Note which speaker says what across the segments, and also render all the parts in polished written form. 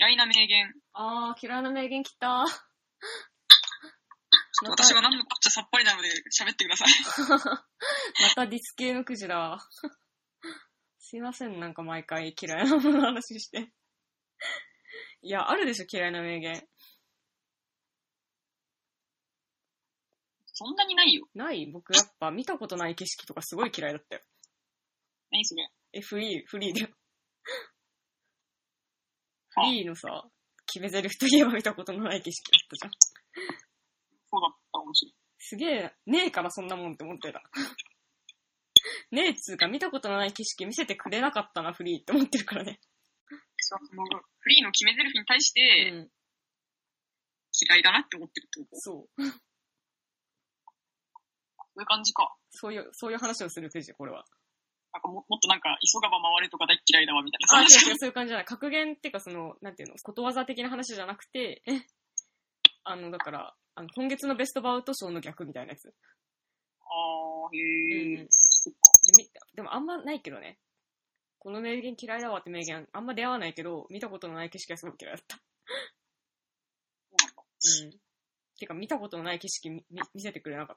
Speaker 1: 嫌いな名言。
Speaker 2: 嫌いな名言来た。
Speaker 1: 私は何のこっちゃさっぱりなので喋ってください。
Speaker 2: またディス系のくじだ。すいません、なんか毎回嫌いなものの話して。いや、あるでしょ、嫌いな名言。
Speaker 1: そんなにないよ。
Speaker 2: ない？僕やっぱ見たことない景色とかすごい嫌いだったよ。
Speaker 1: 何それ？
Speaker 2: フリーだよ。フリーのさ、決め台詞といえば見たことのない景色だったじゃん。
Speaker 1: そうだったかもしれない。
Speaker 2: すげえ、ねえからそんなもんって思ってた。ねえっつうか見たことのない景色見せてくれなかったな、フリーって思ってるからね。
Speaker 1: そのフリーの決め台詞に対して、嫌いだなって思ってるってこと？
Speaker 2: そう。
Speaker 1: そういう感じか。
Speaker 2: そういう話をするくじ、これは。
Speaker 1: なんかもっとなんか、急がば回れとか大嫌いだわ、みたいな。
Speaker 2: そういう感じじゃない。格言っていうか、なんていうの、ことわざ的な話じゃなくて、だから、今月のベストバウト賞の逆みたいなやつ。
Speaker 1: へー。
Speaker 2: でもあんまないけどね。この名言嫌いだわって名言あんま出会わないけど、見たことのない景色がすごく嫌いだった。てか見たことのない景色見せてくれなかった。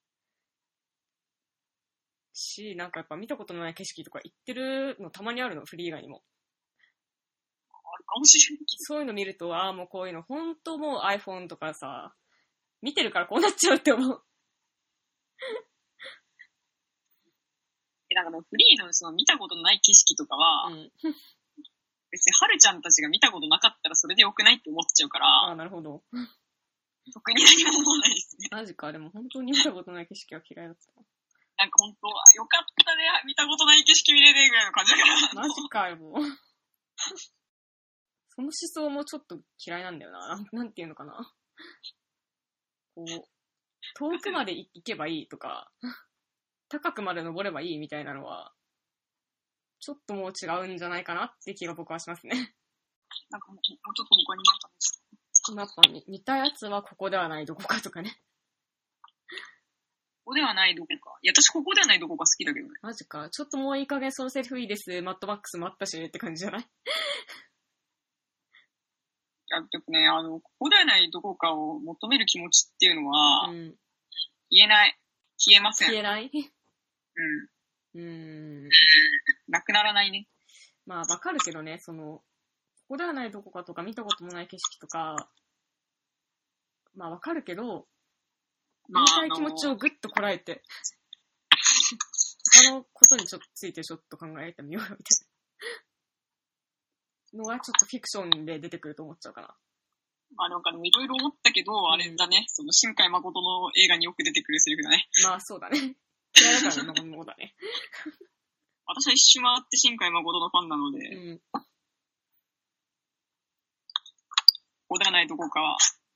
Speaker 2: なんかやっぱ見たことのない景色とか行ってるのたまにあるの、フリー以外にも。
Speaker 1: あるかもしれない。
Speaker 2: そういうの見ると、もうこういうの、本当もう iPhone とかさ、見てるからこうなっちゃうって思う。
Speaker 1: なんかフリーのその見たことのない景色とかは、別に春ちゃんたちが見たことなかったらそれでよくないって思っちゃうから。
Speaker 2: なるほど。
Speaker 1: 特に何も思わないですね。
Speaker 2: マジか、でも本当に見たことない景色は嫌いだった。
Speaker 1: なんか本当、よかったね、見たことない景色見れねえぐらいの感じだから。
Speaker 2: マジかよ、もう。その思想もちょっと嫌いなんだよな。なんていうのかな。こう、遠くまで行けばいいとか、高くまで登ればいいみたいなのは、ちょっともう違うんじゃないかなって気が僕はしますね。
Speaker 1: なんかもうちょっと他になんかです
Speaker 2: やっぱ似たやつはここではないどこかとかね。
Speaker 1: ここではないどこか。いや、私ここではないどこか好きだけどね。
Speaker 2: マジか。ちょっともういい加減そのセリフいいです。マッドマックスもあったしって感じじゃない？い
Speaker 1: や、でもね、ここではないどこかを求める気持ちっていうのは、言えない。消えません。
Speaker 2: 消えない？
Speaker 1: なくならないね。
Speaker 2: まあ、わかるけどね、ここではないどこかとか見たこともない景色とか、まあわかるけど、言いたい気持ちをぐっとこらえて、他のことについてちょっと考えてみようよみたいなのはちょっとフィクションで出てくると思っちゃうかな。
Speaker 1: まあなんかいろいろ思ったけど、あれだね、その新海誠の映画によく出てくるセリフだね。
Speaker 2: まあそうだね。嫌いだからのものだね。
Speaker 1: 私は一周回って新海誠のファンなので、ここではないどこかは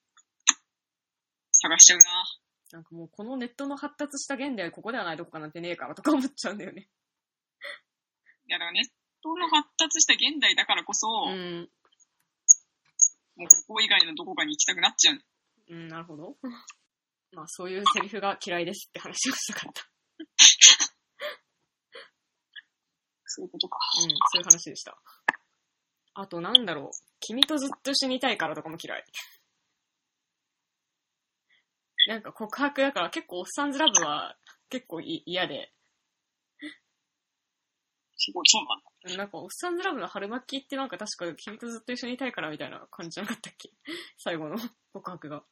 Speaker 1: 探しちゃうな。
Speaker 2: なんかもうこのネットの発達した現代ここではないどこかなんてねえからとか思っちゃうんだよね。
Speaker 1: いやだからネットの発達した現代だからこそ、もうここ以外のどこかに行きたくなっちゃう。
Speaker 2: なるほど。まあそういうセリフが嫌いですって話をしたかった。
Speaker 1: そういうことか。
Speaker 2: そういう話でした。あとなんだろう。君とずっと死にたいからとかも嫌い。なんか告白だから結構おっさんずラブは結構嫌で。
Speaker 1: すごい、そうなんだ。
Speaker 2: なんかおっさんずラブの春巻きってなんか確か君とずっと一緒にいたいからみたいな感じじゃなかったっけ？最後の告白が。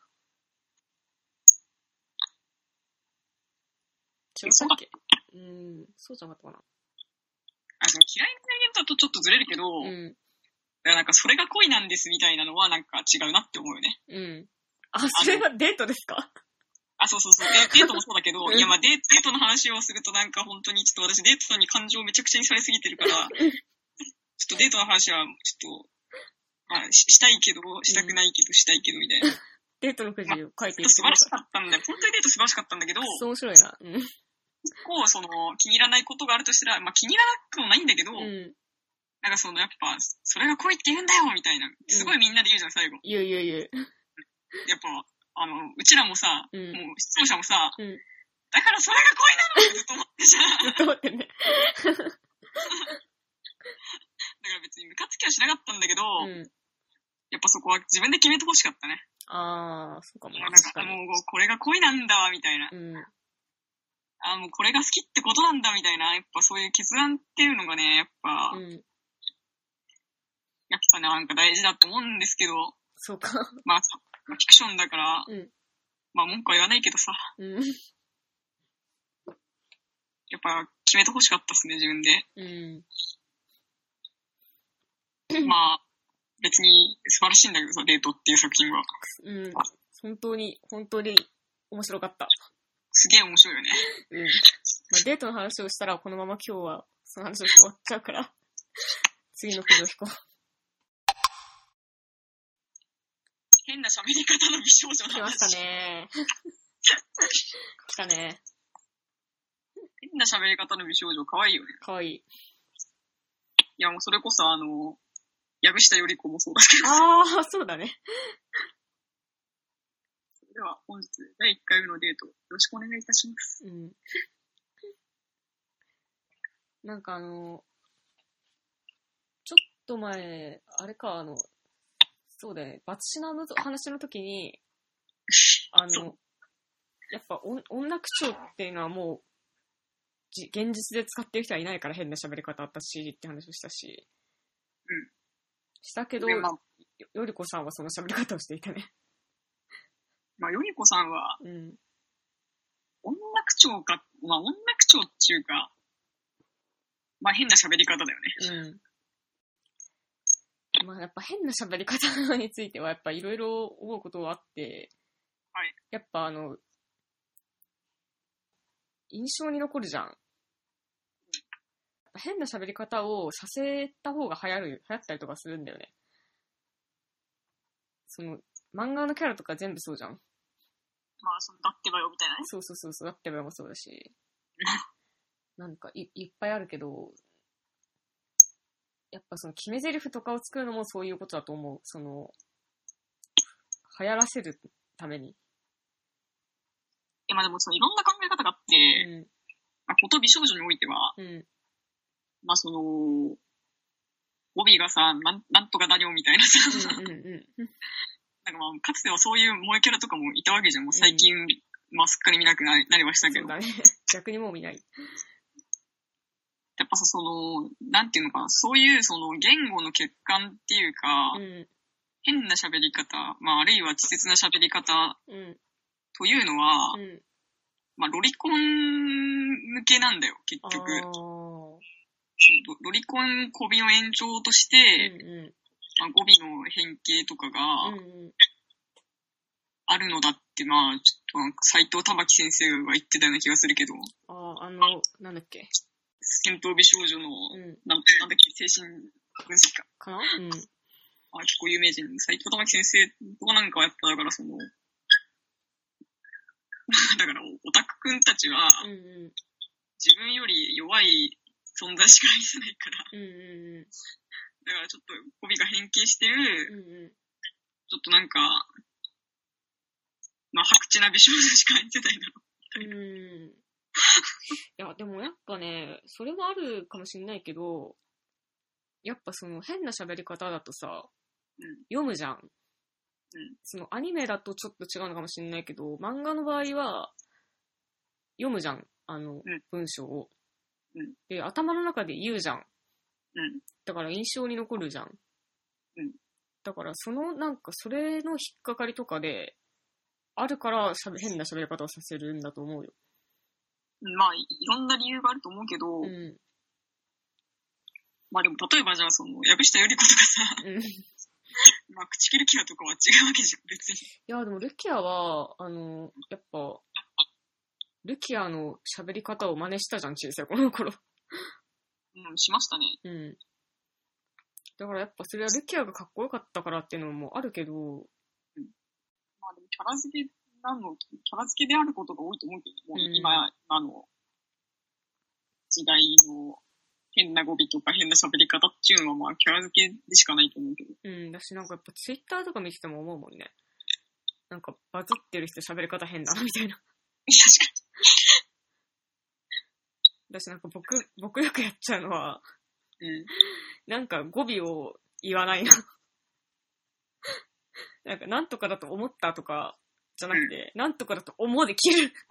Speaker 2: 違ったっけ？そうじゃなかったかな。
Speaker 1: 嫌いな名言だとちょっとずれるけど、なんかそれが恋なんですみたいなのはなんか違うなって思うよね。
Speaker 2: それはデートですか？
Speaker 1: そうそう。デートもそうだけど、いやまあデートの話をするとなんか本当にちょっと私デートに感情をめちゃくちゃにされすぎてるから、ちょっとデートの話はちょっと、まあしたいけど、したくないけど、したいけどみたいな。
Speaker 2: デートのくじを書いていて
Speaker 1: 素晴らしかったんだよ。本当にデート素晴らしかったんだけど、
Speaker 2: そう面白いな。
Speaker 1: 結構気に入らないことがあるとしたら、まあ気に入らなくもないんだけど、なんかやっぱ、それが恋って言うんだよみたいな。すごいみんなで言うじゃん、最後。
Speaker 2: 言う。
Speaker 1: やっぱ、うちらもさ、もう視聴者もさ、だからそれが恋なのってずっと思ってじゃん。
Speaker 2: ずっと思ってね。
Speaker 1: だから別にムカつきはしなかったんだけど、 やっぱそこは自分で決めてほしかったね。
Speaker 2: あー、そうかもね。
Speaker 1: なん
Speaker 2: 確かに。
Speaker 1: かもう、これが恋なんだ、みたいな。
Speaker 2: うん。
Speaker 1: もうこれが好きってことなんだ、みたいな。やっぱそういう決断っていうのがね、やっぱ
Speaker 2: ね、
Speaker 1: なんか大事だと思うんですけど。
Speaker 2: そうか。
Speaker 1: まあ、フィクションだから、まあ文句は言わないけどさ。やっぱ決めてほしかったっすね、自分で。まあ、別に素晴らしいんだけどさ、デートっていう作品は。
Speaker 2: 本当に面白かった。
Speaker 1: すげえ面白いよね。
Speaker 2: まあ、デートの話をしたら、このまま今日はその話をして終わっちゃうから、次のくじを引こう。
Speaker 1: 変な喋り方の美少女の話。
Speaker 2: 来ましたね。来たね。
Speaker 1: 変な喋り方の美少女、かわいいよね。
Speaker 2: かわいい。
Speaker 1: いや、もうそれこそ藪下より子もそうだけど。
Speaker 2: ああ、そうだね。
Speaker 1: それでは本日第1回目のデート、よろしくお願いいたします。
Speaker 2: なんかちょっと前、あれか、そうだよね、バツシナの話の時に、やっぱ女口調っていうのはもう、現実で使ってる人はいないから変な喋り方あったしって話をしたし、したけど、よりこさんはその喋り方をしていたね。
Speaker 1: まあ、よりこさんは、女口調か、まあ、女口調っていうか、まあ、変な喋り方だよね。
Speaker 2: まあ、やっぱ変な喋り方については、やっぱいろいろ思うことはあって、やっぱ印象に残るじゃん。変な喋り方をさせた方が流行ったりとかするんだよね。その、漫画のキャラとか全部そうじゃん。
Speaker 1: まあ、だってばよみたいなね。
Speaker 2: そう、だってばよもそうだし。なんかいっぱいあるけど、やっぱその決め台詞とかを作るのもそういうことだと思う。その、流行らせるために。
Speaker 1: まあでもいろんな考え方があって、こと美少女においては、まあ語尾がさ、なんとかだよみたいなさ、なんかまあ、かつてはそういう萌えキャラとかもいたわけじゃん。もう最近、まあすっかり見なくなりはしたけど。
Speaker 2: そうだね。逆にもう見ない。
Speaker 1: やっぱさ、なんていうのかな、そういう言語の欠陥っていうか、変な喋り方、まああるいは稚拙な喋り方というのは、まあロリコン向けなんだよ、結局。ロリコン語尾の延長として、まあ、語尾の変形とかがあるのだって、まあ、ちょっと斎藤玉樹先生が言ってたような気がするけど。
Speaker 2: なんだっけ。
Speaker 1: 戦闘美少女の、なんだっけ、精神分析家。
Speaker 2: かな結
Speaker 1: 構有名人、斎藤玉樹先生とかなんかはやっぱ、だからだからオタクくんたちは、自分より弱い存在しか見せないから、だからちょっと語尾が変形してる、ちょっとなんか、まあ白痴な美少女しか見せないだろう。
Speaker 2: いや、でもやっぱね、それはあるかもしれないけど、やっぱその変な喋り方だとさ、読むじゃん。そのアニメだとちょっと違うのかもしれないけど、漫画の場合は読むじゃん、文章を。で、頭の中で言うじゃん。だから印象に残るじゃん。だからなんかそれの引っかかりとかで、あるから変な喋り方をさせるんだと思うよ。
Speaker 1: まあ、いろんな理由があると思うけど、まあでも例えばじゃあ藪下より子とかさ、まあ、口切るキアとかは違うわけじゃん、別に。
Speaker 2: いや、でもルキアは、やっぱ、ルキアの喋り方を真似したじゃん、小さい子の頃。
Speaker 1: しましたね。
Speaker 2: だからやっぱそれはルキアがかっこよかったからっていうのもあるけど、
Speaker 1: まあでもキャラ付けであることが多いと思うけど、今の時代の変な語尾とか変な喋り方っていうのはまあキャラ付けでしかないと思うけど。
Speaker 2: だしなんかやっぱツイッターとか見てても思うもんね。なんかバズってる人喋り方変だなみたいな。
Speaker 1: 確かに。
Speaker 2: だしなんか僕よくやっちゃうのは、なんか語尾を言わないな。 なんか、なんとかだと思ったとか、じゃなくて、なんとかだと思うで切る。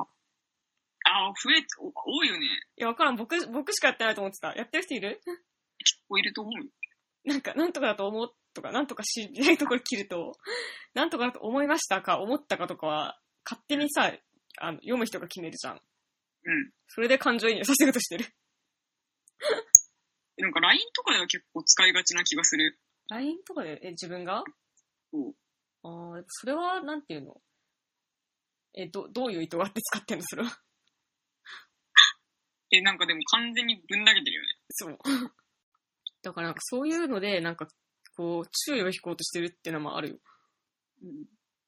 Speaker 1: 多いよね。
Speaker 2: いや、わからん。僕しかやってないと思ってた。やってる人いる？
Speaker 1: 結構いると思うよ。
Speaker 2: なんか、なんとかだと思うとか、なんとか知りないところ切ると、なんとかだと思いましたか、思ったかとかは、勝手にさ、読む人が決めるじゃん。
Speaker 1: うん。
Speaker 2: それで感情移入させようとしてる。
Speaker 1: なんか LINE とかでは結構使いがちな気がする。
Speaker 2: LINE とかで、自分が？
Speaker 1: そう。
Speaker 2: それは、なんていうの？どういう意図があって使ってんの、それは。
Speaker 1: なんかでも完全にぶん投げてるよね。
Speaker 2: そう。だからなんかそういうので、なんか、こう、注意を引こうとしてるっていうのもあるよ。
Speaker 1: うん。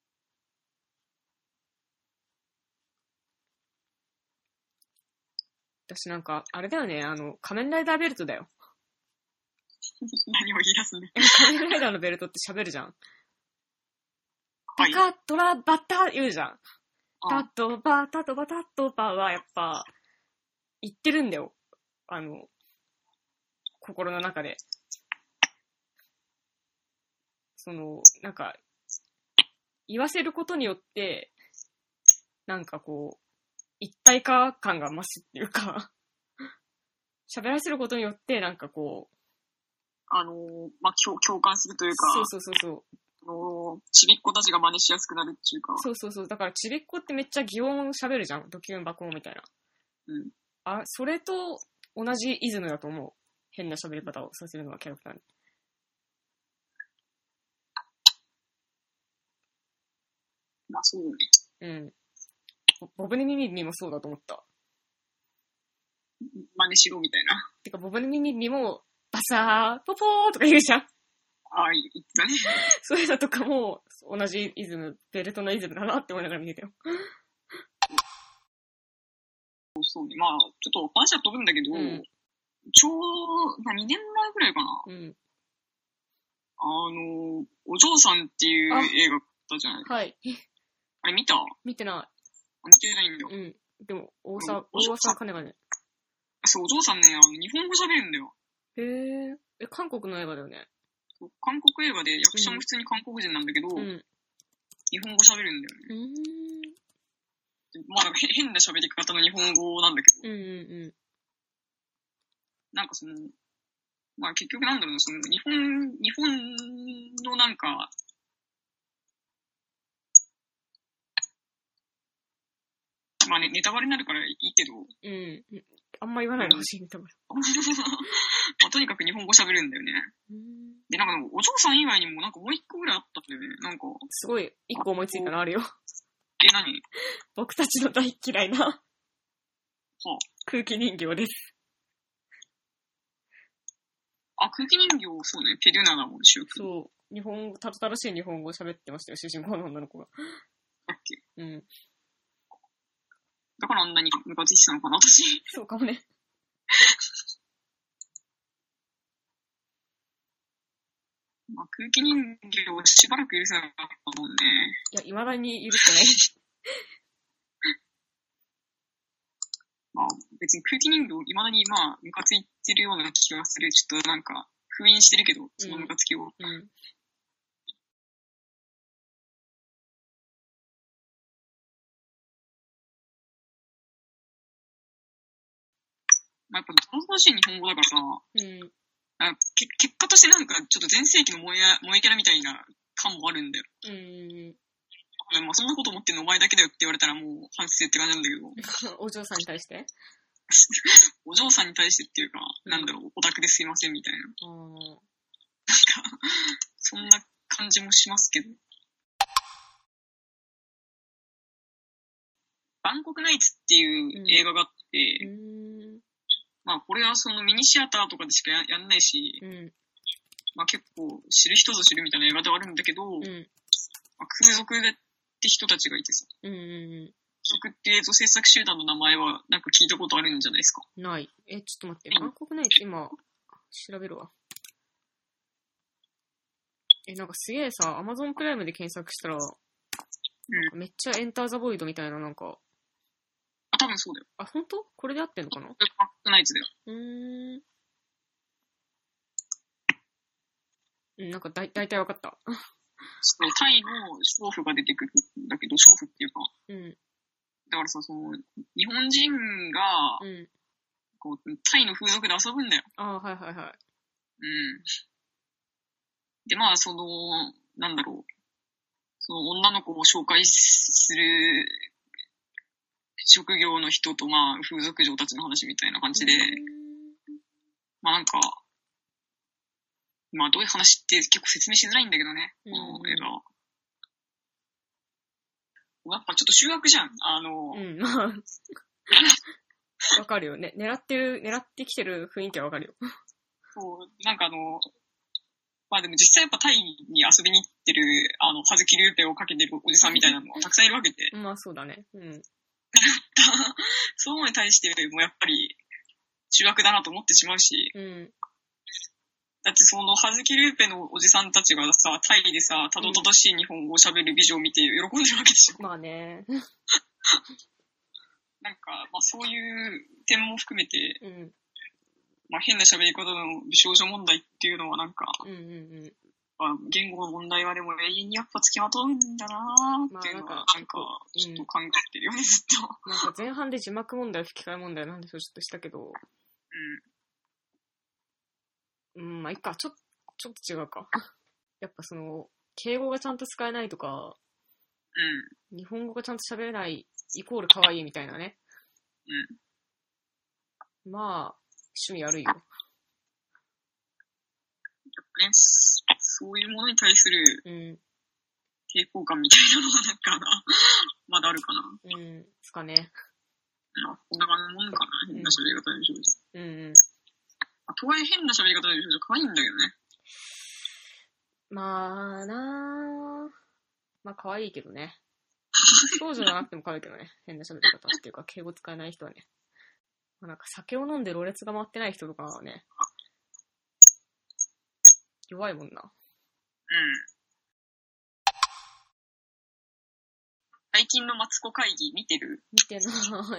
Speaker 2: 私なんか、あれだよね、仮面ライダーベルトだよ。
Speaker 1: 何を言い出すね。
Speaker 2: 仮面ライダーのベルトって喋るじゃん。
Speaker 1: はい。
Speaker 2: タカトラバタ言うじゃん。
Speaker 1: あ
Speaker 2: タトバタトバタトバはやっぱ、言ってるんだよ。心の中で。なんか、言わせることによって、なんかこう、一体化感が増すっていうか、喋らせることによって、なんかこう、
Speaker 1: まあ、共感するというか、
Speaker 2: そう。
Speaker 1: ちびっ子たちが真似しやすくなるっていうか。
Speaker 2: そう。だからちびっこってめっちゃ擬音喋るじゃん。ドキュンバコンみたいな。
Speaker 1: うん。
Speaker 2: それと同じイズムだと思う。変な喋り方をさせるのはキャラクターに。
Speaker 1: まあ、そうね。
Speaker 2: うん。ボブネミミミもそうだと思った。
Speaker 1: 真似しろみたいな。
Speaker 2: てか、ボブネミミミも、バサー、ポポーとか言うじゃん。
Speaker 1: 言ったね。
Speaker 2: そういうのとかも、同じイズム、ベルトのイズムだなって思いながら見てたよ。
Speaker 1: そうね。まあ、ちょっと話は飛ぶんだけど、ちょうど、2年前ぐらいかな。
Speaker 2: うん。
Speaker 1: お嬢さんっていう映画だったじゃない。
Speaker 2: はい。
Speaker 1: あれ見た？
Speaker 2: 見てない。
Speaker 1: 見てないんだよ。
Speaker 2: うん。でも、大沢かねがね。
Speaker 1: そう、お嬢さんね、日本語喋るんだよ。
Speaker 2: へえ。韓国の映画だよね。
Speaker 1: 韓国映画で役者も普通に韓国人なんだけど、日本語喋るんだよね。まあ、変な喋り方の日本語なんだけど、なんかまあ結局なんだろうな、日本のなんか、まあね、ネタバレになるからいいけど。
Speaker 2: あんま言わないでほしい、ネタバレ。
Speaker 1: まあ、とにかく日本語喋るんだよね。で、なんかお嬢さん以外にもなんかもう一個ぐらいあったんだよね。なんか。
Speaker 2: すごい、一個思いついたのあるよ。
Speaker 1: 何？
Speaker 2: 僕たちの大嫌いな、空気人形です。
Speaker 1: 空気人形、そうね、ペルナだもん、主婦。
Speaker 2: そう。正しい日本語を喋ってましたよ、主人公の女の子が。
Speaker 1: だっけ？
Speaker 2: うん。
Speaker 1: だからあんなにムカついてたのかな、私。
Speaker 2: そうかもね。
Speaker 1: まあ、空気人形をしばらく許せなかったもんね。
Speaker 2: いや、未だに許してない。
Speaker 1: まあ、別に空気人形、未だにまあ、ムカついてるような気がする。ちょっとなんか、封印してるけど、そのムカつきを。まあ、やっぱ、楽しい日本語だからさ、結果としてなんか、ちょっと全盛期の萌えキャラみたいな感もあるんだよ。まあ、そんなこと思ってんのお前だけだよって言われたらもう反省って感じなんだけど。
Speaker 2: お嬢さんに対して
Speaker 1: お嬢さんに対してっていうか、なんだろう、オタクですいませんみたいな。なんか、そんな感じもしますけど。バンコクナイツっていう映画があって、まあこれはそのミニシアターとかでしか やんないし、まあ結構知る人ぞ知るみたいな映画ではあるんだけど、まあ、空賊って人たちがいてさ、空賊って映像制作集団の名前はなんか聞いたことあるんじゃないですか？
Speaker 2: ない。ちょっと待って、バンコクナイツ今、調べるわ。なんかすげえさ、アマゾンプライムで検索したら、なんかめっちゃエンターザボイドみたいななんか。
Speaker 1: 多分そうだよ。
Speaker 2: 本当？これで合ってんのかな？
Speaker 1: バンコクナイツだよ。
Speaker 2: なんか大体わかった。
Speaker 1: タイの娼婦が出てくるんだけど、娼婦っていうか、
Speaker 2: うん。
Speaker 1: だからさ、日本人が、
Speaker 2: うん。
Speaker 1: こう、タイの風俗で遊ぶんだよ。
Speaker 2: ああ、はいはいはい。
Speaker 1: うん。で、まあ、なんだろう。女の子を紹介する職業の人と、まあ、風俗嬢たちの話みたいな感じで、まあなんか、まあどういう話って結構説明しづらいんだけどね、この映画は。やっぱちょっと修学じゃん。
Speaker 2: うん、まあ。わかるよね。狙ってきてる雰囲気はわかるよ。
Speaker 1: そう、なんかまあでも実際やっぱタイに遊びに行ってる、葉月リューペをかけてるおじさんみたいなのがたくさんいるわけで。
Speaker 2: まあそうだね。うん。
Speaker 1: そういうのに対してもやっぱり、修学だなと思ってしまうし。
Speaker 2: うん。
Speaker 1: だって葉月リューペのおじさんたちがさ、タイでさ、たどたどしい日本語を喋る美女を見て喜んでるわけでしょ。
Speaker 2: まあね。
Speaker 1: なんか、まあそういう点も含めて、
Speaker 2: うん。
Speaker 1: まあ変な喋り方の美少女問題っていうのはなんか、まあ、言語の問題はでも永遠にやっぱ付きまとうんだなーっていうのは、なんか、ちょっと考えてるよね、ずっと。
Speaker 2: なんか前半で字幕問題、吹き替え問題なんでしょ、ちょっとしたけど。まあいいか、ちょっと違うか。やっぱ敬語がちゃんと使えないとか、日本語がちゃんと喋れないイコール可愛いみたいなね。まあ、趣味悪いよ。
Speaker 1: ね、そういうものに対する抵抗感みたいなのはなんかまだあるかな。
Speaker 2: ですかね。
Speaker 1: まあ、こんな感じのもんかな、変な喋り方の少女。とはいえ変な喋り方の少女可愛いんだけどね。
Speaker 2: まあまあ可愛いけどね。少女じゃなくても可愛いけどね。変な喋り方っていうか、敬語使えない人はね。まあ、なんか酒を飲んでろれつが回ってない人とかはね、弱いもんな。
Speaker 1: 最近のマツコ会議見てる？
Speaker 2: 見てない。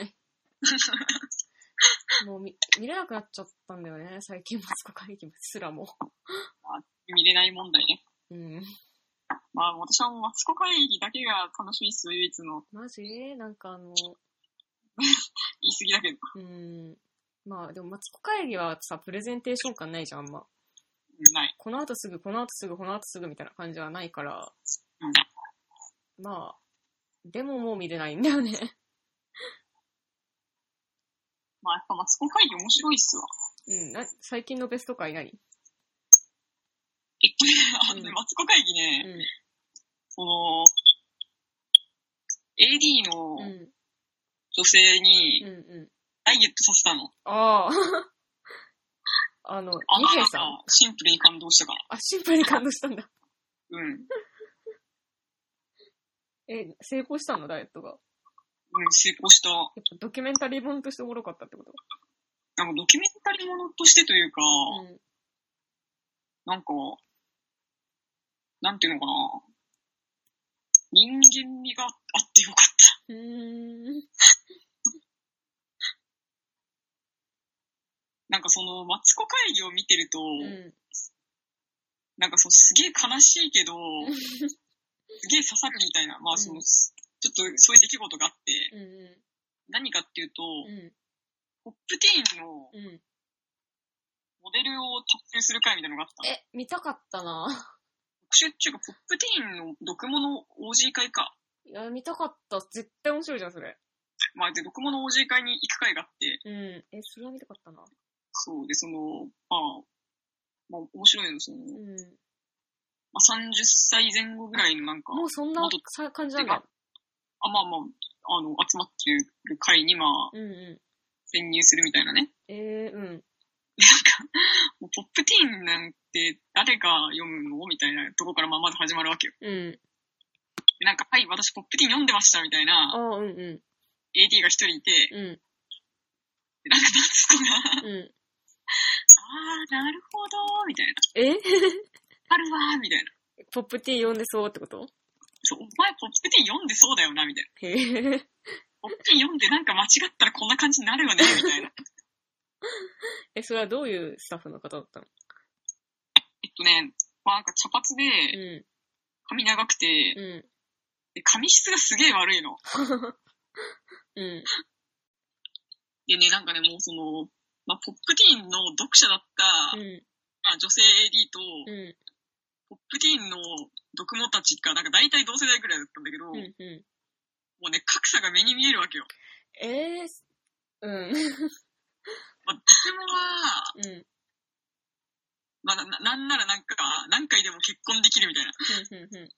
Speaker 2: もう見れなくなっちゃったんだよね、最近マツコ会議すらも。
Speaker 1: 見れない問題ね。まあ私はもうマツコ会議だけが楽しみっすよ、唯一の。
Speaker 2: マジ？なんか
Speaker 1: 言い過ぎだけど。
Speaker 2: まあでもマツコ会議はさ、プレゼンテーション感ないじゃん、あんま。
Speaker 1: ない。
Speaker 2: この後すぐみたいな感じはないから。まあ、でももう見れないんだよね。
Speaker 1: まあやっぱマツコ会議面白いっすわ。
Speaker 2: 最近のベスト回何？
Speaker 1: マツコ会議ね、AD の女性にダイエットさせたの。
Speaker 2: ああ。ニヘさん。
Speaker 1: シンプルに感動したから。
Speaker 2: あ、シンプルに感動したんだ。成功したの、ダイエットが。
Speaker 1: 成功した。やっ
Speaker 2: ぱドキュメンタリーものとしておもろかったってこと？
Speaker 1: なんかドキュメンタリーものとしてというか、なんか、なんていうのかな。人間味があってよかった。なんかマツコ会議を見てると、なんかすげえ悲しいけど、すげえ刺さるみたいな、まあちょっとそういう出来事があって、何かっていうと、ポップティーンのモデルを特集する会みたいなのがあった。
Speaker 2: 見たかったな。
Speaker 1: 特集っていうか、ポップティーンの毒物 OG 会か。
Speaker 2: いや、見たかった。絶対面白いじゃん、それ。
Speaker 1: まあ、で、毒物 OG 会に行く会があって。
Speaker 2: それは見たかったな。
Speaker 1: そう、で、まあ、面白いの、まあ、30歳前後ぐらいのなんか、
Speaker 2: もうそんな感じなんだ。
Speaker 1: まあ、集まってる会に、まあ、潜入するみたいなね。なんか、もうポップティーンなんて誰が読むのみたいなとこからまず始まるわけよ。でなんか、はい、私ポップティーン読んでましたみたいな、AD が一人いて、でなんかナツコが、なるほどみたいな。あるわーみたいな。
Speaker 2: ポップティーン読んでそうってこと？
Speaker 1: そう、お前ポップティーン読んでそうだよな、みたいな。ポップティーン読んでなんか間違ったらこんな感じになるよね、みたいな。
Speaker 2: それはどういうスタッフの方だったの？
Speaker 1: まあなんか茶髪で、 髪長くて、
Speaker 2: うん。
Speaker 1: で髪質がすげえ悪いの。
Speaker 2: うん。
Speaker 1: でね、なんかね、もうその、まあ、ポップティーンの読者だった、
Speaker 2: うん。
Speaker 1: まあ、女性 AD と、
Speaker 2: うん。
Speaker 1: ポップティーンの読モたちが、なんか大体同世代くらいだったんだけど、
Speaker 2: うん。うん。
Speaker 1: もうね、格差が目に見えるわけよ。
Speaker 2: うん。
Speaker 1: まあ、とてもは、
Speaker 2: うん。
Speaker 1: まあ、なんならなんか、何回でも結婚できるみたいな。
Speaker 2: うん。うん。
Speaker 1: で、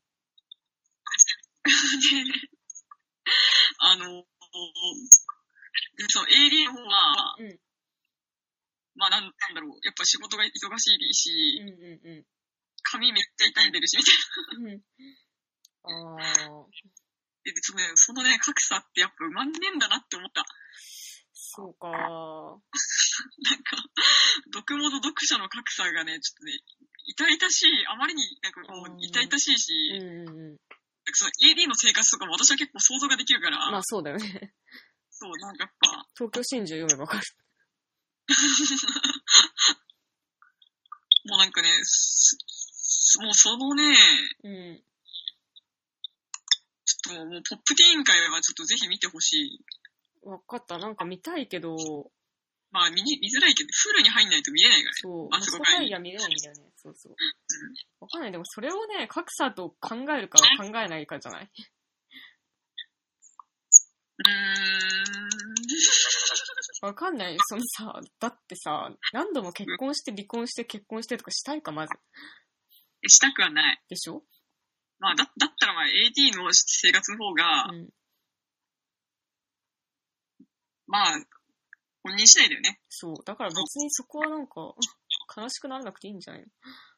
Speaker 1: あの、その AD の方は、
Speaker 2: うん。
Speaker 1: まあなんだろう、やっぱ仕事が忙しいし、
Speaker 2: うん。うん。うん。
Speaker 1: 髪めっちゃ傷んでるし、みたいな。
Speaker 2: うん。ああ、
Speaker 1: で、そのね、格差ってやっぱ埋まんねえんだなって思った。
Speaker 2: そうか。
Speaker 1: なんか、読モと読者の格差がね、ちょっとね、痛々しい、あまりになんかもう痛々しいし、
Speaker 2: うんうんうん。
Speaker 1: その AD の生活とかも私は結構想像ができるから、
Speaker 2: まあそうだよね。
Speaker 1: そう、なんかやっぱ、
Speaker 2: 東京真珠読めばわかる。
Speaker 1: もうなんかね、もうそのね、
Speaker 2: うん。
Speaker 1: ちょっともうポップティーン会はちょっとぜひ見てほしい。
Speaker 2: わかった。なんか見たいけど、
Speaker 1: まあ見づらいけど、フルに入んないと見れないからね。
Speaker 2: そう、
Speaker 1: あそこがいい。
Speaker 2: 会議は見れないんだよね。そうそう。わかんない。でもそれをね、格差と考えるか考えないかじゃない？わかんない。そのさ、だってさ、何度も結婚して離婚して結婚してとかしたいか、まず。
Speaker 1: したくはない。
Speaker 2: でしょ？
Speaker 1: まあだったらまあ AD の生活の方が、
Speaker 2: うん。
Speaker 1: まあ、本人次第だよね。
Speaker 2: そう。だから別にそこはなんか、悲しくならなくていいんじゃないの？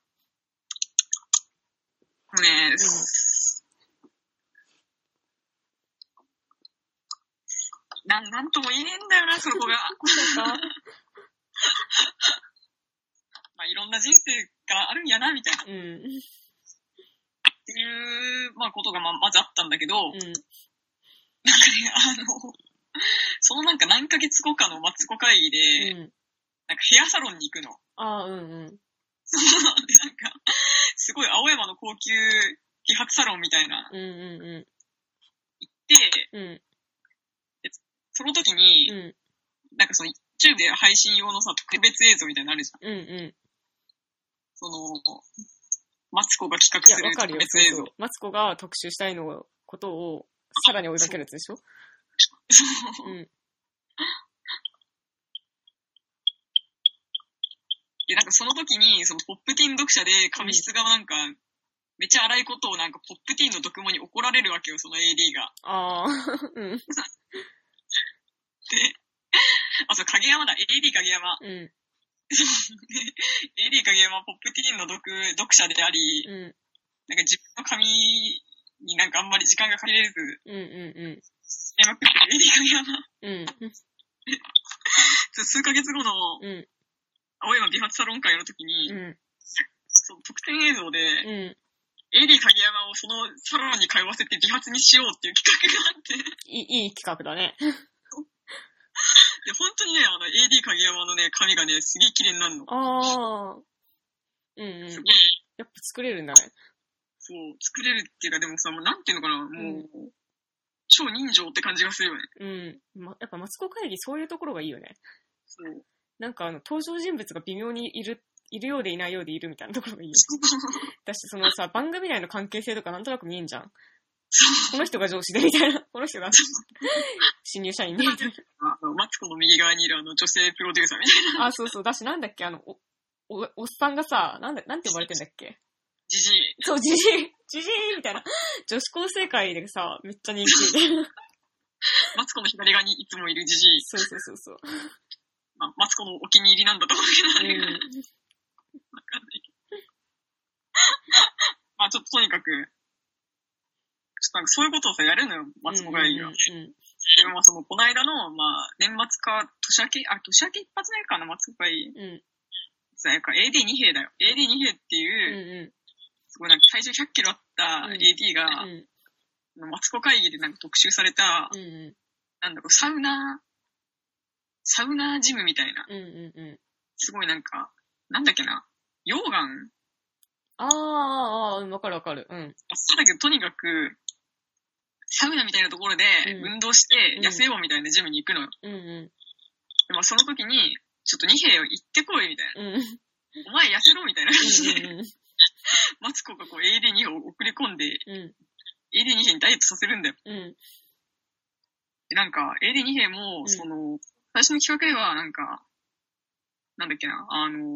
Speaker 1: ね、なんとも言えねえんだよな、そこが。まあ、いろんな人生があるんやな、みたいな。
Speaker 2: うん。
Speaker 1: っていう、まあ、ことがまずあったんだけど、
Speaker 2: うん。
Speaker 1: なんかね、そのなんか何ヶ月後かのマツコ会議で、なんかヘアサロンに行くの。
Speaker 2: ああ、うんうん。
Speaker 1: で、なんか、すごい青山の高級美髪サロンみたいな。
Speaker 2: うんうんうん。
Speaker 1: 行って、
Speaker 2: うん。
Speaker 1: でその時に、
Speaker 2: うん。
Speaker 1: なんかその YouTube で配信用のさ、特別映像みたいなのあるじゃん。
Speaker 2: うんうん。
Speaker 1: その、マツコが企画する特別映像。
Speaker 2: マツコが特集したいのことをさらに追いかけるやつでしょ？
Speaker 1: そう。うん。で、なんかその時に、そのポップティーン読者で髪質がなんか、めっちゃ荒いことをなんかポップティーンの読モに怒られるわけよ、その AD が。
Speaker 2: ああ、うん。で、
Speaker 1: そう、影山だ、AD 影山。
Speaker 2: うん。
Speaker 1: AD 影山ポップティーンの読者であり、
Speaker 2: うん。
Speaker 1: なんか自分の髪になんかあんまり時間がかけれず、
Speaker 2: うんうんうん。
Speaker 1: まくってる AD 影山。
Speaker 2: うん。
Speaker 1: 数ヶ月後の、青山美髪サロン会の時に、その特典映像で、AD 影山をそのサロンに通わせて美髪にしようっていう企画があって。
Speaker 2: いい企画だね。
Speaker 1: で、本当にね、AD 影山のね、髪がね、すげえ綺麗になるの。
Speaker 2: ああ。うんうん。すごい。やっぱ作れるんだね。
Speaker 1: そう、作れるっていうか、でもさ、もうなんていうのかな、もう、超人情って感じがするよね。
Speaker 2: やっぱマツコ会議そういうところがいいよね。
Speaker 1: そう。
Speaker 2: なんか登場人物が微妙にいるようでいないようでいるみたいなところがいいよ。だし、そのさ、番組内の関係性とかなんとなく見えんじゃん。この人が上司でみたいな。この人が新入社員でみたいな。
Speaker 1: マツコの右側にいる女性プロデューサーみたいな。
Speaker 2: あ、そうそう。だし、なんだっけ、おっさんがさ、なんて呼ばれてんだっけ？
Speaker 1: ジジイ。
Speaker 2: そう、ジジイみたいな。女子高生会でさ、めっちゃ人気で。
Speaker 1: マツコの左側にいつもいるジジイ。
Speaker 2: そう。
Speaker 1: マツコのお気に入りなんだと思うけど、わかんないけど。まあちょっととにかく、ちょっとなんかそういうことをさ、やるのよ、マツコ会議が。でもまあその、この間の、まあ、年末か、年明け一発目かな、マツコ会議。さ、やっぱ AD2 兵だよ。AD2 兵っていう、すごいなんか体重100キロあった AD が、マツコ会議でなんか特集された、なんだろう、サウナージムみたいな。すごいなんか、なんだっけな、溶岩
Speaker 2: わかるわかる。うん。
Speaker 1: そうだけど、とにかく、サウナみたいなところで運動して痩せようみたいなジムに行くのよ。
Speaker 2: うんうん。
Speaker 1: でもその時に、ちょっと二兵を行ってこいみたいな。
Speaker 2: うん。
Speaker 1: お前痩せろみたいな感じで、
Speaker 2: うんうん
Speaker 1: マツコがこう AD2 を送り込んで、
Speaker 2: うん。
Speaker 1: AD2 兵にダイエットさせるんだよ。
Speaker 2: うん。
Speaker 1: で、なんか、AD2 兵も、
Speaker 2: うん
Speaker 1: その、最初の企画では、なんか、なんだっけな、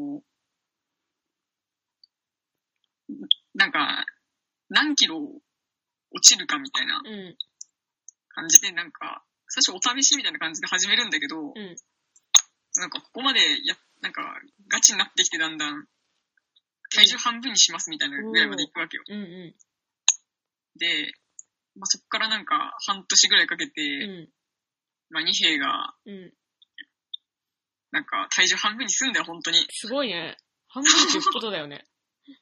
Speaker 1: なんか、何キロ落ちるかみたいな
Speaker 2: うん。
Speaker 1: 感じで、なんか、最初お試しみたいな感じで始めるんだけど、
Speaker 2: うん。
Speaker 1: なんかここまでなんかガチになってきてだんだん体重半分にしますみたいなぐらいまで行くわけよ。
Speaker 2: うんう
Speaker 1: で、まあ、そこからなんか半年ぐらいかけて、
Speaker 2: ん。
Speaker 1: まあ二兵が
Speaker 2: うん。
Speaker 1: なんか体重半分にすんだよ、本当に。
Speaker 2: すごいね。半分っていうことだよね。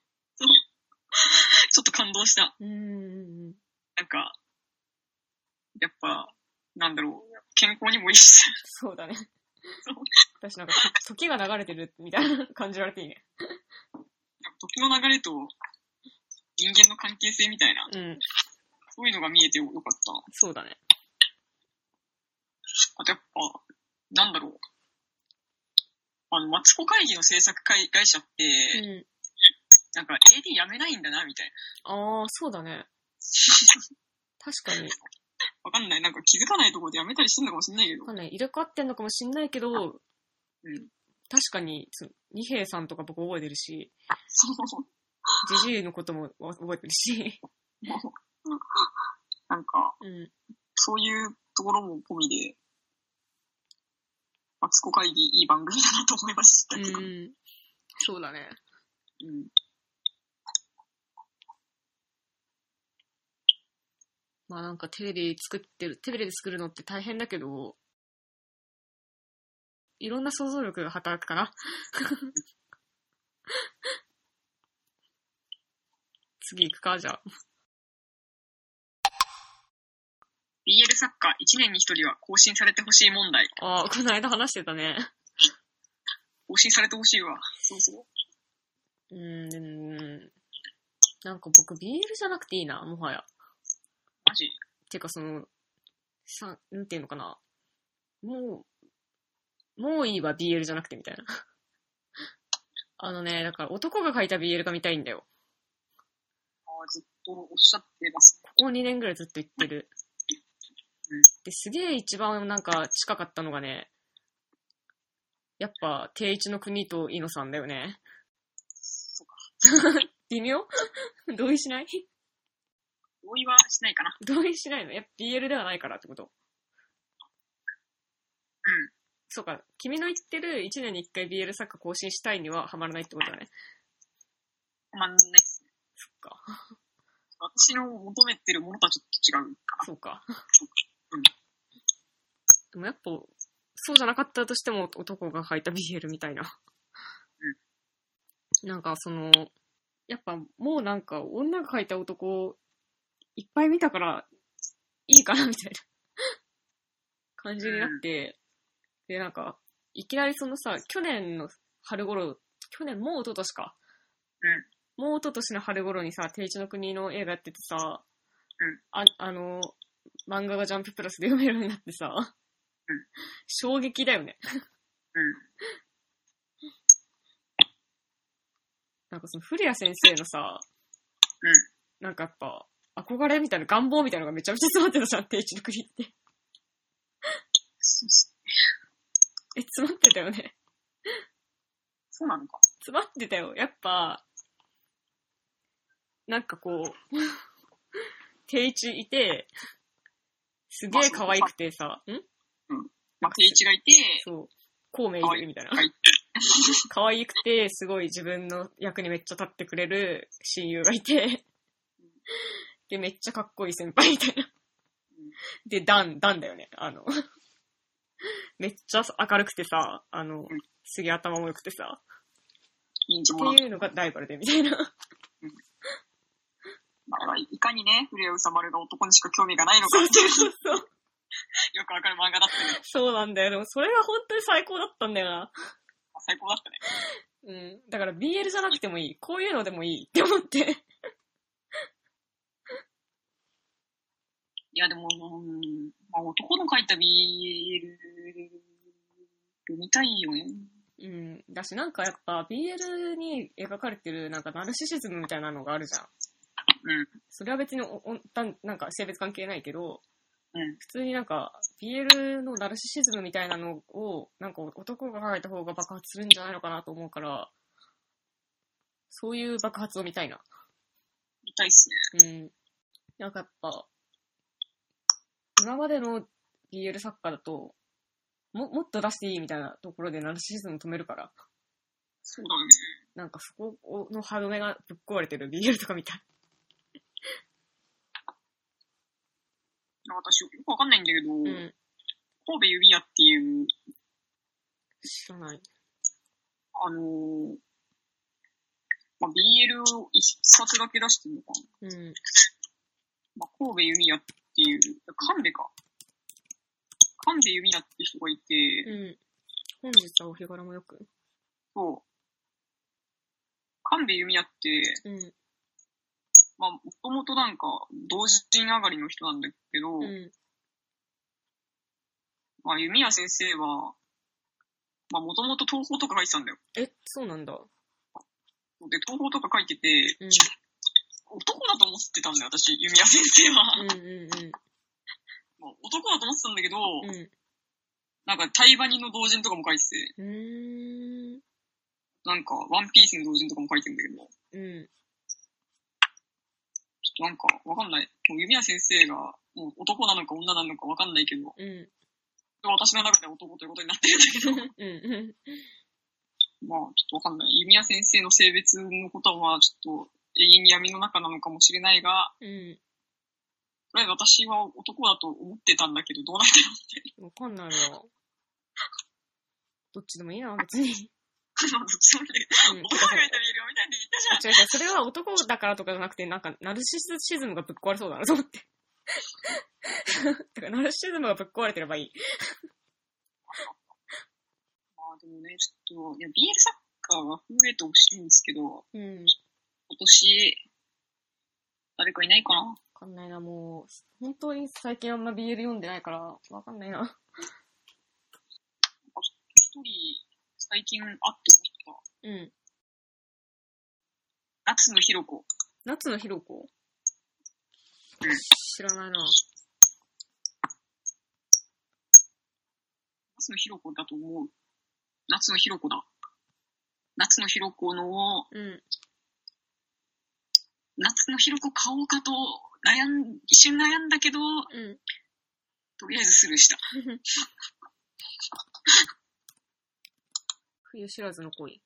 Speaker 1: ちょっと感動した。
Speaker 2: うん。
Speaker 1: なんか、やっぱ、なんだろう、健康にもいいし。
Speaker 2: そうだね。
Speaker 1: そう
Speaker 2: 私なんか時が流れてるみたいな感じられていいね。
Speaker 1: 時の流れと人間の関係性みたいな、
Speaker 2: うん。
Speaker 1: そういうのが見えてよかった。
Speaker 2: そうだね。
Speaker 1: あとやっぱ、なんだろう。マツコ会議の制作会社って、
Speaker 2: うん。
Speaker 1: なんか AD やめないんだな、みたいな。
Speaker 2: ああ、そうだね。確かに。
Speaker 1: わかんない。なんか気づかないところでやめたりしてんのかもしんないけど。
Speaker 2: わかんない。入れ替わってんのかもしんないけど、
Speaker 1: うん。
Speaker 2: 確かに、二平さんとか僕覚えてるし、
Speaker 1: そう。
Speaker 2: ジジイのことも覚えてるし。
Speaker 1: なんか、
Speaker 2: うん。
Speaker 1: そういうところも込みで、マツコ会議いい番組だなと思いましたけど。
Speaker 2: うん。そうだね。
Speaker 1: うん。
Speaker 2: まあなんかテレビで作るのって大変だけど、いろんな想像力が働くかな。次行くか、じゃあ。
Speaker 1: BL 作家1年に1人は更新されてほしい問題。
Speaker 2: ああ、この間話してたね。
Speaker 1: 更新されてほしいわ。そうそう。
Speaker 2: なんか僕 BL じゃなくていいな、もはや。
Speaker 1: マジ？
Speaker 2: てかなんていうのかな。もういいわ、BL じゃなくてみたいな。だから男が書いた BL が見たいんだよ。
Speaker 1: ずっとおっしゃってます。
Speaker 2: ここ2年ぐらいずっと言ってる。で、すげえ一番なんか近かったのがね、やっぱ、定一の国とイノさんだよね。
Speaker 1: そうか。
Speaker 2: 微妙同意しない？
Speaker 1: 同意はしないかな。
Speaker 2: 同意しないの？やっぱ BL ではないからってこと？
Speaker 1: うん。
Speaker 2: そうか。君の言ってる1年に1回 BL 作家更新したいにはハマらないってことだね。
Speaker 1: ハマんないっすね。
Speaker 2: そっか。
Speaker 1: 私の求めてるものとはちょっと違うかな。
Speaker 2: そうか。
Speaker 1: うん。
Speaker 2: でもやっぱ、そうじゃなかったとしても男が書いた BL みたいな。うん。なんかやっぱもうなんか女が書いた男いっぱい見たからいいかなみたいな感じになって、でなんかいきなり去年の春頃、もう一昨年か。
Speaker 1: うん。
Speaker 2: もう一昨年の春頃に定一の国の映画やっててさ、
Speaker 1: うん。
Speaker 2: 漫画がジャンププラスで読めるようになってさ、
Speaker 1: うん、
Speaker 2: 衝撃だよね。
Speaker 1: うん。
Speaker 2: なんか古谷先生のさ、
Speaker 1: うん。
Speaker 2: なんかやっぱ、憧れみたいな、願望みたいなのがめちゃめちゃ詰まってたじゃん、定一の国って。詰まってたよね。
Speaker 1: そうなのか。
Speaker 2: 詰まってたよ。やっぱ、なんか定一いて、すげえ可愛くてさ、
Speaker 1: うん。まあ、定一がいて、
Speaker 2: そう、孔明いるみたいな。可愛くて、すごい自分の役にめっちゃ立ってくれる親友がいて、で、めっちゃかっこいい先輩みたいな。で、ダンだよね。めっちゃ明るくてさ、すげえ頭も良くてさ、っていうのがライバルでみたいな。
Speaker 1: まあ、いかにね、古谷宇佐丸が男にしか興味がないのかっていう。そうよくわかる漫画だったね。
Speaker 2: そうなんだよ。でもそれが本当に最高だったんだよな。
Speaker 1: 最高だったね。
Speaker 2: うん。だから BL じゃなくてもいい。こういうのでもいいって思って。
Speaker 1: いやでも、まあ、男の書いた BL 読みたいよね。
Speaker 2: うん。だし、なんかやっぱ BL に描かれてるなんかナルシシズムみたいなのがあるじゃん。
Speaker 1: うん。
Speaker 2: それは別になんか性別関係ないけど、
Speaker 1: うん。
Speaker 2: 普通になんか BL のナルシシズムみたいなのをなんか男が書いた方が爆発するんじゃないのかなと思うから、そういう爆発を見たいな。
Speaker 1: 見たいっすね。
Speaker 2: うん。なんかやっぱ、今までの BL 作家だと、もっと出していいみたいなところでナルシシズム止めるから。
Speaker 1: そうだね。
Speaker 2: なんかそこの歯止めがぶっ壊れてる BL とかみたい。
Speaker 1: 私よくわかんないんだけど、
Speaker 2: うん。
Speaker 1: 神戸指屋っていう、
Speaker 2: 知らない。
Speaker 1: まあ、BL を一冊だけ出してるのかな。
Speaker 2: うん。
Speaker 1: まあ、神戸弓矢っていう、神戸か。神戸弓矢って人がいて、
Speaker 2: うん。本日はお日柄もよく。
Speaker 1: そう。神戸弓矢って、
Speaker 2: うん。
Speaker 1: まあ、もともとなんか、同人上がりの人なんだけど、
Speaker 2: うん。
Speaker 1: まあ、弓矢先生は、まあ、もともと東宝とか書いてたんだよ。
Speaker 2: え、そうなんだ。
Speaker 1: で、東宝とか書いてて、
Speaker 2: うん。
Speaker 1: 男だと思ってたんだよ、私、弓矢先生は。
Speaker 2: うんうん
Speaker 1: まあ男だと思ってたんだけど、
Speaker 2: うん。うん。
Speaker 1: なんか、タイバニの同人とかも書いてて、なんか、ワンピースの同人とかも書いてるんだけど、
Speaker 2: うん。
Speaker 1: ちょっとなんか、わかんない。もう弓矢先生が、もう男なのか女なのかわかんないけど、
Speaker 2: うん。
Speaker 1: 私の中では男ということになってるんだけど、
Speaker 2: うんうん。
Speaker 1: まあ、ちょっとわかんない。弓矢先生の性別のことは、ちょっと、永遠に闇の中なのかもしれないが、
Speaker 2: うん。
Speaker 1: とりあえず私は男だと思ってたんだけど、どうなったのって。
Speaker 2: わかんないわ。どっちでもいいな、別に。
Speaker 1: どっちでもいいんだけど、男が書いたビールを見たいって言ったじゃん。
Speaker 2: 違う違う、それは男だからとかじゃなくて、なんか、ナルシシズムがぶっ壊れそうだなと思って。てか、ナルシシズムがぶっ壊れてればいい。
Speaker 1: まあでもね、ちょっと、いや、ビールサッカーが増えてほしいんですけど、
Speaker 2: うん。
Speaker 1: 今年、誰かいないかな？
Speaker 2: わかんないな、もう、本当に最近あんま BL 読んでないから、わかんないな。
Speaker 1: 一人、最近会ってました。
Speaker 2: うん。
Speaker 1: 夏野ひろ子。
Speaker 2: 夏野ひろ子？
Speaker 1: うん。
Speaker 2: 知らないな。
Speaker 1: 夏野ひろ子だと思う。夏野ひろ子だ。夏野ひろ子の、
Speaker 2: うん。
Speaker 1: 夏野ひろ子買おうかと一瞬悩んだけど、
Speaker 2: うん。
Speaker 1: とりあえずスルーした。
Speaker 2: 冬知らずの恋。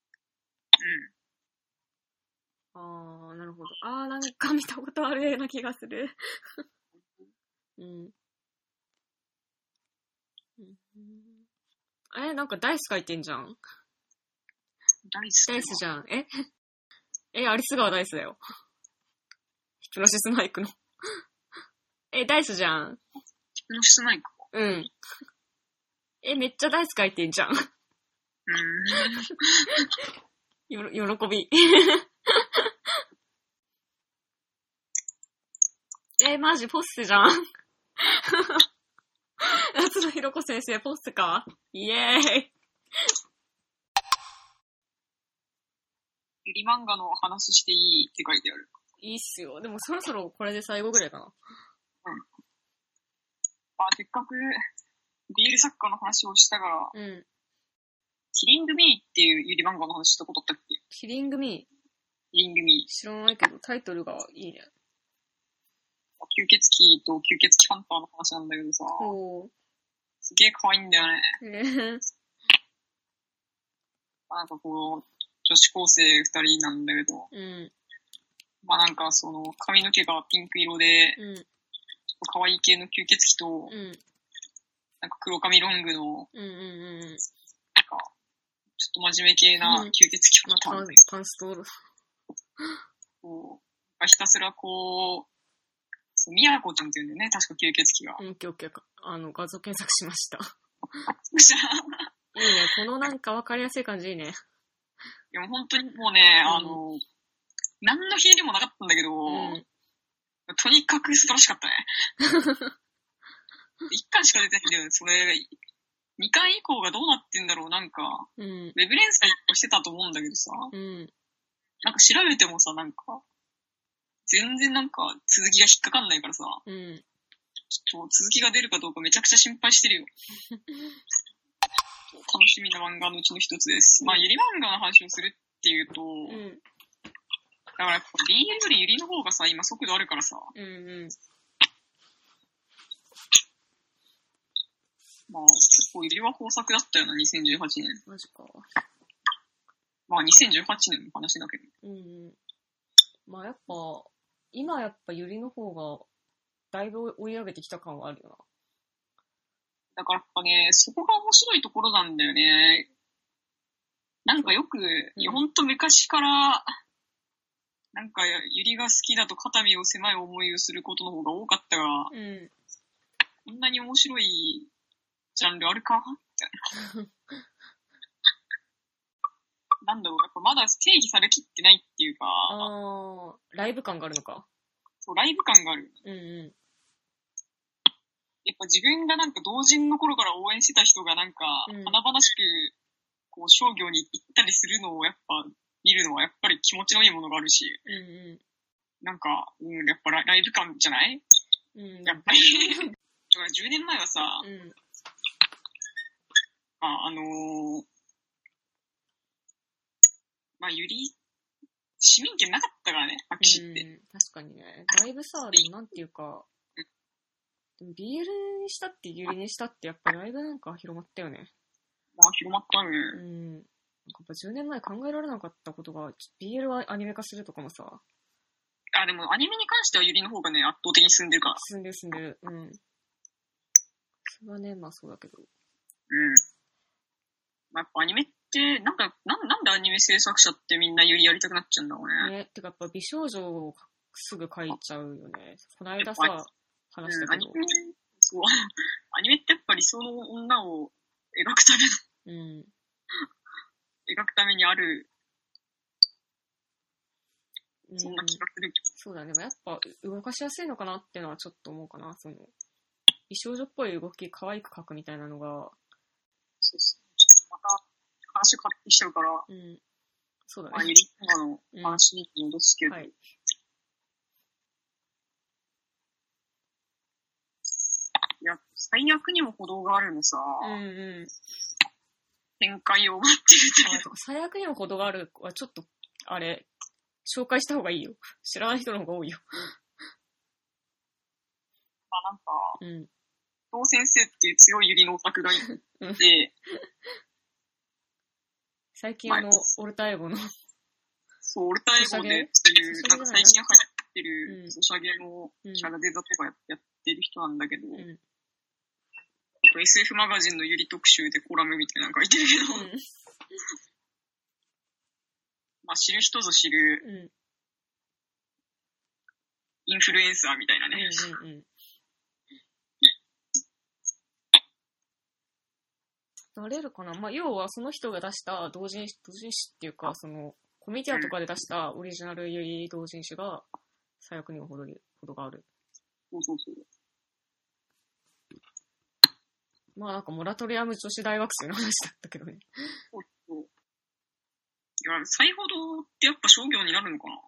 Speaker 1: うん。
Speaker 2: あー、なるほど。あー、なんか見たことあるような気がする。うん。なんかダイス書いてんじゃん。
Speaker 1: ダイス
Speaker 2: じゃん。アリス川ダイスだよ。ヒプノシスマイクの。ダイスじゃん。
Speaker 1: ヒプノシスマイク。
Speaker 2: うん。めっちゃダイス書いてんじゃん。喜び。マジポッセじゃん。夏野ひろ子先生ポッセか。イエーイ。
Speaker 1: ゆり漫画の話していいって書いてある。
Speaker 2: いいっすよ。でもそろそろこれで最後ぐらいかな。
Speaker 1: うん。せっかくビール作家の話をしたから、
Speaker 2: うん。
Speaker 1: キリングミーっていうゆり漫画の話したことあったっけ？
Speaker 2: キリングミー？
Speaker 1: キリングミー。
Speaker 2: 知らないけど、タイトルがいいね。
Speaker 1: 吸血鬼と吸血鬼ハンターの話なんだけどさ、すげえ可愛いんだよね。なんかこう、女子高生二人なんだけど、
Speaker 2: うん。
Speaker 1: まあなんかその髪の毛がピンク色で、
Speaker 2: うん、
Speaker 1: ちょっと可愛い系の吸血鬼と、
Speaker 2: うん、
Speaker 1: なんか黒髪ロングの、
Speaker 2: うんうんうん、
Speaker 1: なんかちょっと真面目系な吸血鬼ハンターなんだけど、
Speaker 2: パンストール。
Speaker 1: こう、ひたすらこう、みやこちゃんって言うんだよね、確か吸血鬼が。
Speaker 2: うん、オッケー。画像検索しました。
Speaker 1: い
Speaker 2: いいね、このなんか分かりやすい感じいいね。
Speaker 1: いや、本当にもうね、何のひねりもなかったんだけど、 とにかく素晴らしかったね。1巻しか出てないんだよね、それ。2巻以降がどうなってんだろう、なんか、
Speaker 2: うん。
Speaker 1: ウェブ連載してたと思うんだけどさ、
Speaker 2: うん。
Speaker 1: なんか調べてもさ、なんか、全然なんか続きが引っかかんないからさ、
Speaker 2: うん。
Speaker 1: ちょっと続きが出るかどうかめちゃくちゃ心配してるよ。楽しみな漫画のうちの一つです。まあ、ゆり漫画の話をするっていうと、
Speaker 2: うん。
Speaker 1: だからやっぱ BL よりゆりの方がさ、今速度あるからさ、
Speaker 2: うんうん。
Speaker 1: まあ、結構ゆりは豊作だったよな、2018年。
Speaker 2: マジか。
Speaker 1: まあ、2018年の話だけど。
Speaker 2: うんうん。まあやっぱ、今やっぱゆりの方が、だいぶ追い上げてきた感はあるよ
Speaker 1: だからやっぱね、そこが面白いところなんだよね。なんかよく、いやほんと昔から、なんかゆりが好きだと肩身を狭い思いをすることの方が多かったが、
Speaker 2: な。うん。
Speaker 1: こんなに面白いジャンルあるかみたいな。なんだろう、やっぱまだ定義されきってないっていうか、
Speaker 2: あー、ライブ感があるのか。
Speaker 1: そう、ライブ感がある。
Speaker 2: うんうん。
Speaker 1: やっぱ自分がなんか同人の頃から応援してた人がなんか、
Speaker 2: うん
Speaker 1: 華々しく、こう商業に行ったりするのをやっぱ見るのはやっぱり気持ちのいいものがあるし、
Speaker 2: うんう
Speaker 1: なんか、やっぱライブ感じゃない？
Speaker 2: ん。うん。
Speaker 1: やっぱり。だから10年前はさ、
Speaker 2: うん。
Speaker 1: まあ、ゆり、市民権なかったからね、はっきり言って。
Speaker 2: うん。確かにね。だいぶさ、でもなんていうか、でも BL にしたってゆりにしたってやっぱだいぶなんか広まったよね。
Speaker 1: まあ、広まったね。
Speaker 2: うん。なんかやっぱ10年前考えられなかったことが、BL はアニメ化するとかもさ、
Speaker 1: あ、でもアニメに関してはゆりの方がね、圧倒的に進んでるから。
Speaker 2: 進んでる進んでる。うん。それはね、まあそうだけど。
Speaker 1: うん。まあ、やっぱアニメって、なんでアニメ制作者ってみんなゆりやりたくなっちゃうんだろうね。
Speaker 2: ね、てかやっぱ美少女をすぐ描いちゃうよね。この間
Speaker 1: やっぱ
Speaker 2: さ、話したけど。
Speaker 1: そう。アニメってやっぱ理想の女を描くための、
Speaker 2: うん。
Speaker 1: 描くためにある、
Speaker 2: うん、
Speaker 1: そんな気がするけど。
Speaker 2: そうだね。でもやっぱ動かしやすいのかなっていうのはちょっと思うかな。その、美少女っぽい動き可愛く描くみたいなのが。
Speaker 1: そうそう。ちょっとまた話変わってきちゃうから、
Speaker 2: うん。そうだね。
Speaker 1: まあ、ゆりの話に戻すけど、
Speaker 2: はい。
Speaker 1: いや、最悪にも程があるのさ、
Speaker 2: うんうん。
Speaker 1: 展開を待ってるんだけど。
Speaker 2: 最悪にも程があるはちょっと、あれ、紹介した方がいいよ。知らない人の方が多いよ。
Speaker 1: まあなんか、
Speaker 2: うん。
Speaker 1: 伊藤先生っていう強いゆりのオタクがいて、
Speaker 2: 最近オルタエゴの。
Speaker 1: そう、オルタエゴでっていう、なんか最近流行ってるソシャゲのキャラデザとかやってる人なんだけど、SF マガジンのゆり特集でコラムみたいなの書いてるけど、まあ知る人ぞ知る、インフルエンサーみたいなね。
Speaker 2: なれるかな。まあ、要はその人が出した同人誌っていうか、その、コミュニティアとかで出したオリジナルゆり同人誌が最悪にも程がある。
Speaker 1: そうそうそう。
Speaker 2: まあなんかモラトリアム女子大学生の話だったけどね。
Speaker 1: そうそう。いや、再ほどってやっぱ商業になるのかな？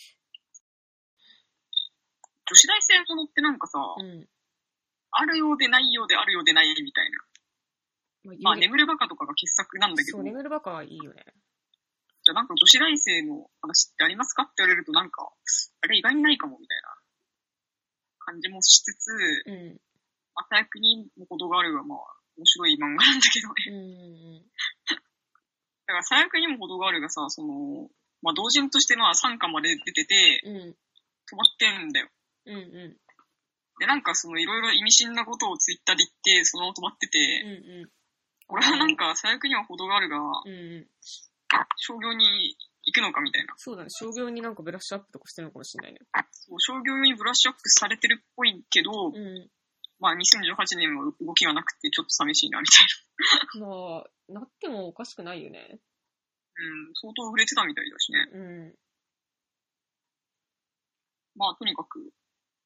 Speaker 1: 女子大生ものってなんかさ、あるようでないようであるようでないみたいな。まあ、眠るバカとかが傑作なんだけど。
Speaker 2: そう、眠るバカはいいよね。
Speaker 1: じゃあなんか女子大生の話ってありますかって言われるとなんか、あれ意外にないかもみたいな感じもしつつ、最悪にも程があるがまあ、面白い漫画なんだけどね。だから最悪にも程があるがさ、その、まあ同人としてまあ3巻まで出てて、止まってんだよ。で、なんかそのいろいろ意味深なことをツイッターで言って、そのまま止まってて、俺はなんか最悪には程があるが、商業に行くのかみたいな。
Speaker 2: そうだね、商業になんかブラッシュアップとかしてるのかもしれないね。
Speaker 1: そう、商業にブラッシュアップされてるっぽいけど、まあ2018年は動きがなくてちょっと寂しいなみたいな。
Speaker 2: まあ、なってもおかしくないよね。
Speaker 1: 相当売れてたみたいだしね。まあとにかく、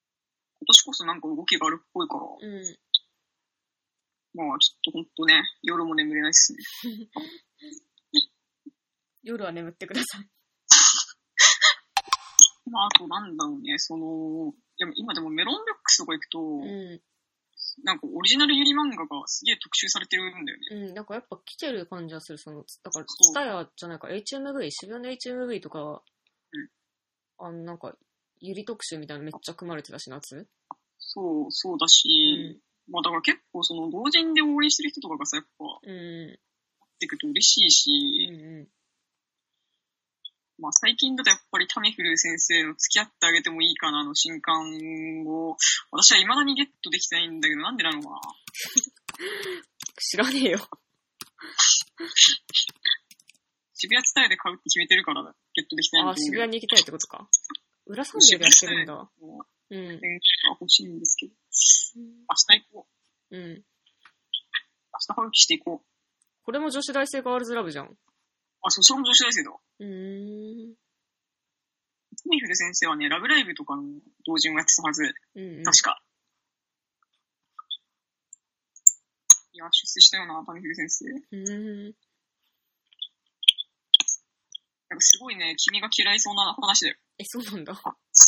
Speaker 1: 年こそなんか動きがあるっぽいから、まあちょっとほんとね、夜も眠れないっすね。
Speaker 2: 夜は眠ってください。
Speaker 1: まああとなんだろうね、今でもメロンブックスとか行くと、なんかオリジナルユリ漫画がすげえ特集されてるんだよね。
Speaker 2: なんかやっぱ来てる感じはする。だから、ツタヤじゃないか、HMV、渋谷の HMV とか、なんか、ユリ特集みたいなのめっちゃ組まれてたし、夏。
Speaker 1: そうだし、まあだから結構同人で応援してる人とかがさ、やっぱ、ってくると嬉しいし、まあ最近だとやっぱりタミフル先生の付き合ってあげてもいいかなの新刊を、私は未だにゲットできてないんだけど、なんでなのかな。
Speaker 2: 知らねえよ。
Speaker 1: 渋谷ツタヤで買うって決めてるからゲットできてないんだけど。
Speaker 2: 渋谷に行きたいってことか。裏サンデーでやってるんだ。
Speaker 1: 欲しいんですけど。明日行こう。明日早起きしていこう。
Speaker 2: これも女子大生ガールズラブじゃん。
Speaker 1: そう、それも女子大生だ。タミフル先生はね、ラブライブとかの同人をやってたはず。確か。いや、出世したよな、タミフル先生。なんかすごいね、君が嫌いそうな話だよ。
Speaker 2: そうなんだ。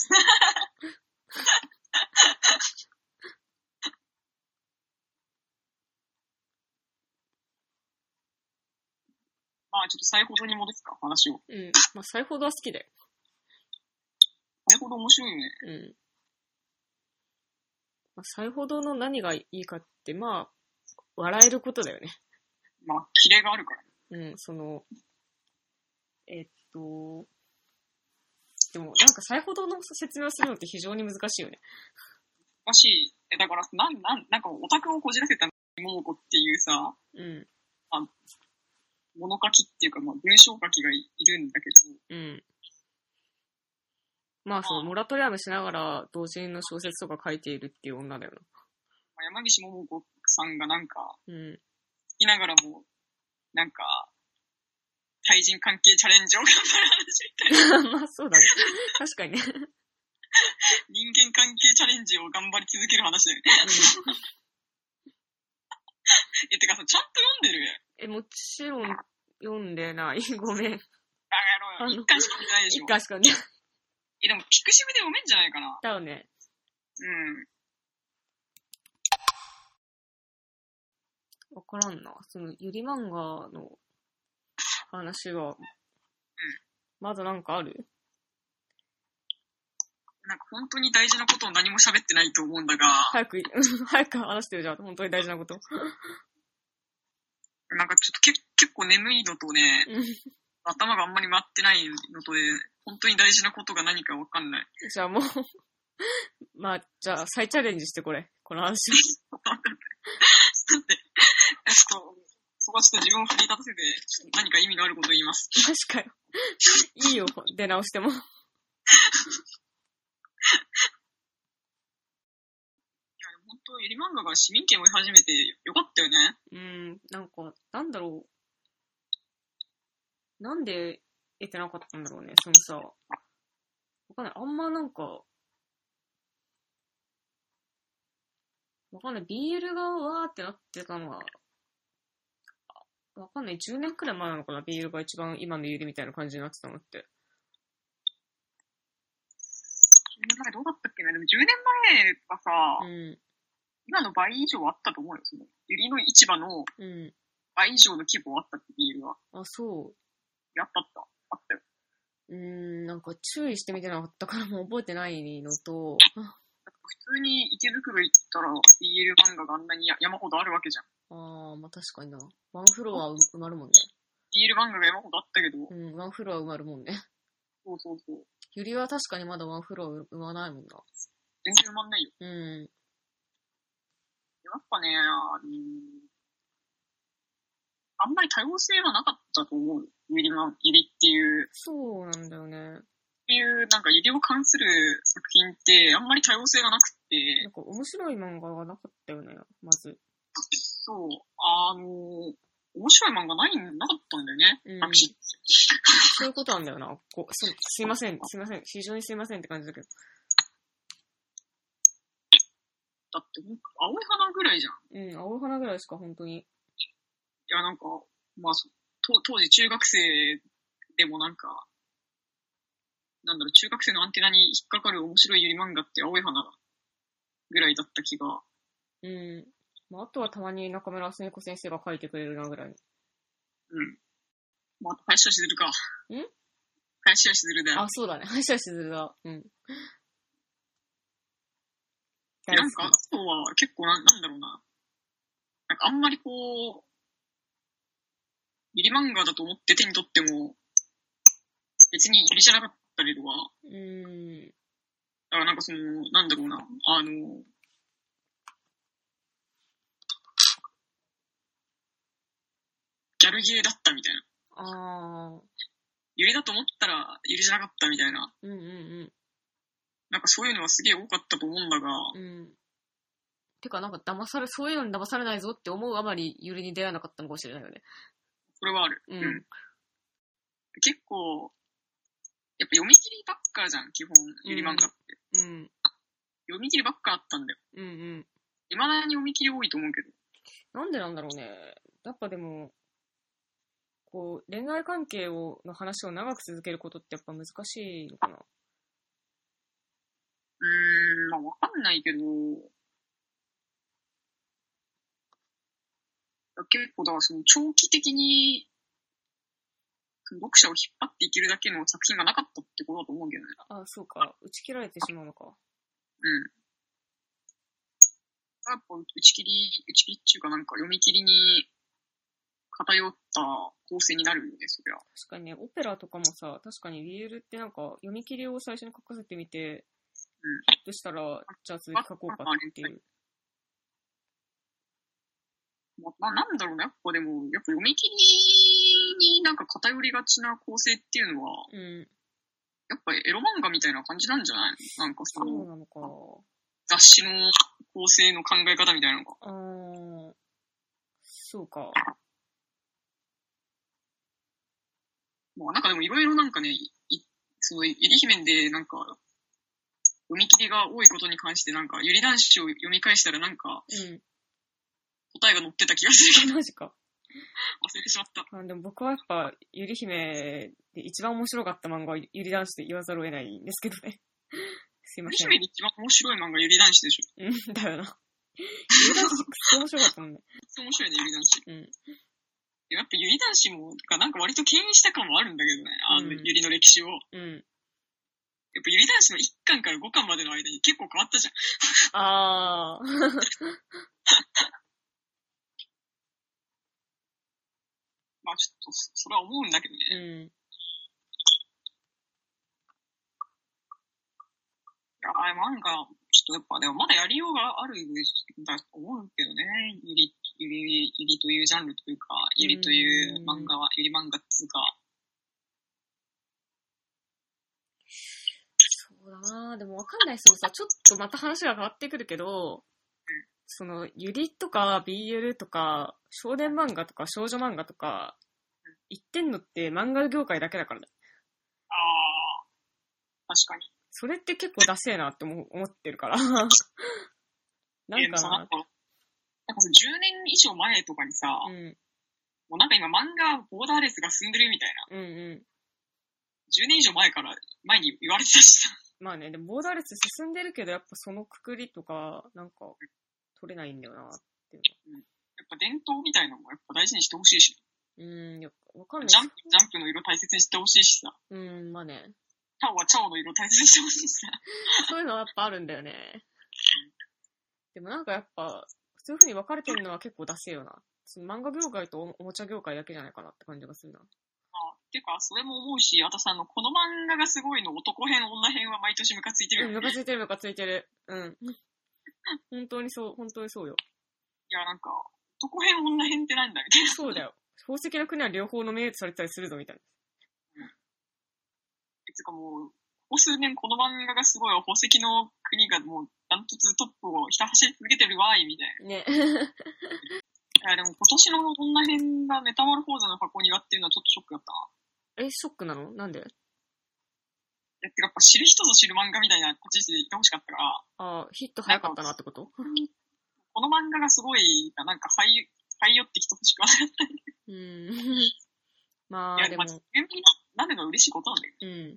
Speaker 1: まあちょっと再ほどに戻すか、話を。
Speaker 2: まあ再ほどは好きだよ。
Speaker 1: 再ほど面白いよね。
Speaker 2: まあ、再ほどの何がいいかって、まあ、笑えることだよね。
Speaker 1: まあ、キレがあるから。
Speaker 2: でもなんか再ほどの説明をするのって非常に難しいよね。
Speaker 1: 難しい。だから、なんかオタクをこじらせた桃子っていうさ、物書きっていうか、まあ、文章書きがいるんだけど、
Speaker 2: まあモラトリアムしながら同人の小説とか書いているっていう女だよな。
Speaker 1: 山岸桃子さんがなんか、
Speaker 2: 好
Speaker 1: きながらも、なんか、対人関係チャレンジを頑張る話みたいな。
Speaker 2: まあそうだね。確かにね。
Speaker 1: 人間関係チャレンジを頑張り続ける話だよね。てかさ、ちゃんと読んでる？
Speaker 2: もちろん読んでない。ごめん。
Speaker 1: バカ野郎よ。一巻しか見てないでしょ。
Speaker 2: 一巻しかね。
Speaker 1: でもピクシブで読めんじゃないかな。
Speaker 2: だよね。わからんな。ゆり漫画の話は、まだなんかある？
Speaker 1: なんか本当に大事なことを何も喋ってないと思うんだが。
Speaker 2: 早く話してるじゃん。本当に大事なこと。
Speaker 1: なんかちょっと結構眠いのとね、頭があんまり回ってないのとで、本当に大事なことが何かわかんない。
Speaker 2: じゃあもう、まあ、じゃあ再チャレンジしてこれ。この話。
Speaker 1: そこはちょっと自分を振り立たせて、ちょっと何か意味のあることを言います。
Speaker 2: 確かよ。いいよ、出直しても。
Speaker 1: 本当、ゆり漫画が市民権を得始めてよかったよね。
Speaker 2: なんか、なんだろう。なんで得てなかったんだろうね。さ、わかんない。あんまなんか、わかんない。BL がわーってなってたのは、わかんない。10年くらい前なのかな。BL が一番今のゆりみたいな感じになってたのって。
Speaker 1: 10年前どうだったっけな。でも10年前はさ、今の倍以上あったと思うよ。ゆりの市場の倍以上の規模あったってビールは。
Speaker 2: そう。
Speaker 1: あったよ。
Speaker 2: なんか注意してみてなかったからもう覚えてないのと。
Speaker 1: 普通に池袋行ったら BL 漫画があんなに山ほどあるわけじゃん。
Speaker 2: まあ確かにな。ワンフロア埋まるもんね。
Speaker 1: BL 漫画が山ほどあったけど。
Speaker 2: ワンフロア埋まるもんね。
Speaker 1: そう。
Speaker 2: ゆりは確かにまだワンフロア埋まないもんな。
Speaker 1: 全然埋まんないよ。やっぱね、あんまり多様性はなかったと思う。ゆりっていう。
Speaker 2: そうなんだよね。
Speaker 1: っていう、なんかゆりを関する作品って、あんまり多様性がなくて。
Speaker 2: なんか面白い漫画がなかったよね、まず。
Speaker 1: そう。面白い漫画なかったんだよね。
Speaker 2: そういうことなんだよな。すいません。非常にすいませんって感じだけど。
Speaker 1: だって、青い花ぐらいじゃん。
Speaker 2: うん、青い花ぐらいしか本当に。
Speaker 1: いや、なんか、まあ、当時中学生でもなんか、なんだろう、中学生のアンテナに引っかかる面白いゆり漫画って青い花ぐらいだった気が。
Speaker 2: うん。まあ、あとはたまに中村澄子先生が書いてくれるなぐらい。
Speaker 1: うん。まあ、あと林田しずるか。
Speaker 2: ん
Speaker 1: 林田しずるだよ。
Speaker 2: あ、そうだね。林田しずるだ。うん。
Speaker 1: なんか、あとは結構なんだろうな。なんかあんまりこう、ゆり漫画だと思って手に取っても、別にゆりじゃなかったりとか。だからなんかなんだろうな。ギャルゲーだったみたいな。ゆりだと思ったらゆりじゃなかったみたいな。なんかそういうのはすげえ多かったと思うんだが。
Speaker 2: てかなんかそういうのに騙されないぞって思うあまりゆりに出会わなかったのかもしれないよね。
Speaker 1: それはある。結構、やっぱ読み切りばっかじゃん、基本、ゆり漫画って。読み切りばっかあったんだよ。未だに読み切り多いと思うけど。
Speaker 2: なんでなんだろうね。やっぱでも、こう、恋愛関係の話を長く続けることってやっぱ難しいのかな。
Speaker 1: まあわかんないけど、結構だから長期的に読者を引っ張っていけるだけの作品がなかったってことだと思うけどね。
Speaker 2: あ、そうか。打ち切られてしまうのか。
Speaker 1: やっぱ打ち切りっていうかなんか読み切りに偏った構成になるよね、そりゃ。
Speaker 2: 確かにね、オペラとかもさ、確かに BL ってなんか読み切りを最初に書かせてみて、ヒップしたら、じゃあ続き書こうかっていう。
Speaker 1: なんだろうね、やっぱ読み切りになんか偏りがちな構成っていうのは、やっぱりエロ漫画みたいな感じなんじゃない？なんか
Speaker 2: そうなのか。
Speaker 1: 雑誌の構成の考え方みたいなのが。
Speaker 2: そうか。
Speaker 1: まあなんかでもいろいろなんかね、ゆり姫でなんか、読み切りが多いことに関してなんか、ゆり男子を読み返したらなんか、答えが載ってた気がするけど。
Speaker 2: マジか。
Speaker 1: 忘れてしまった。
Speaker 2: でも僕はやっぱ、ゆり姫で一番面白かった漫画はゆり男子で言わざるを得ないんですけどね。すいません。
Speaker 1: ゆり姫で一番面白い漫画ゆり男子でしょ。
Speaker 2: だよな。ゆり男子くそ面白かったもんね。
Speaker 1: 面白いね、ゆり男子。やっぱゆり男子も、なんか割と牽引した感もあるんだけどね、ゆりの歴史を。やっぱゆり男子の1巻から5巻までの間に結構変わったじゃん。まあちょっと、それは思うんだけどね。いや、漫画、ちょっとやっぱ、でもまだやりようがあるんだと思うけどね。ゆりというジャンルというか、ゆりという漫画は、ゆり漫画っつうか。
Speaker 2: そうだなぁ。でもわかんない。ちょっとまた話が変わってくるけど、ゆりとか BL とか、少年漫画とか少女漫画とか、言ってんのって漫画業界だけだからね。
Speaker 1: 確かに。
Speaker 2: それって結構ダセーなって思ってるから。なんかな。
Speaker 1: なんか10年以上前とかにさ、もうなんか今漫画ボーダーレスが進んでるみたいな。10年以上前に言われてたしさ。
Speaker 2: まあね、でもボーダーレス進んでるけど、やっぱそのくくりとか、なんか、取れないんだよなっていうの。
Speaker 1: やっぱ伝統みたいなのもやっぱ大事にしてほしいし。
Speaker 2: わかんない。
Speaker 1: ジャンプの色大切にしてほしいしさ。
Speaker 2: まあね。
Speaker 1: チャオはチャオの色大切にしてほしいしさ。
Speaker 2: そういうのはやっぱあるんだよね。でもなんかやっぱ、そういう風に分かれてるのは結構ダセーよな。漫画業界とおもちゃ業界だけじゃないかなって感じがするな。
Speaker 1: てか、それも思うし、あとさ、この漫画がすごいの男編、女編は毎年ムカついてるよね。
Speaker 2: ムカついてる。本当にそうよ。
Speaker 1: いや、なんか、男編、女編ってなんだみたいな。
Speaker 2: そうだよ。宝石の国は両方ノミネートされてたりするぞ、みたいな。
Speaker 1: つかもう、ここ数年この漫画がすごい宝石の国がもう、ダントツトップをひた走り続けてるわーい、みたいな。
Speaker 2: ね。
Speaker 1: いや、でも今年の女編がメタモルフォーザの箱庭っていうのはちょっとショックだったな。
Speaker 2: ショックなの？なんで？
Speaker 1: やっぱ知る人ぞ知る漫画みたいな立ち位置で言ってほしかったから、
Speaker 2: ああ、ヒット早かったなってこと？
Speaker 1: この漫画がすごい、なんか、はいよってきてほしくはなかった。
Speaker 2: まあ、
Speaker 1: いや、でも、なんでか嬉しいことなんだけど。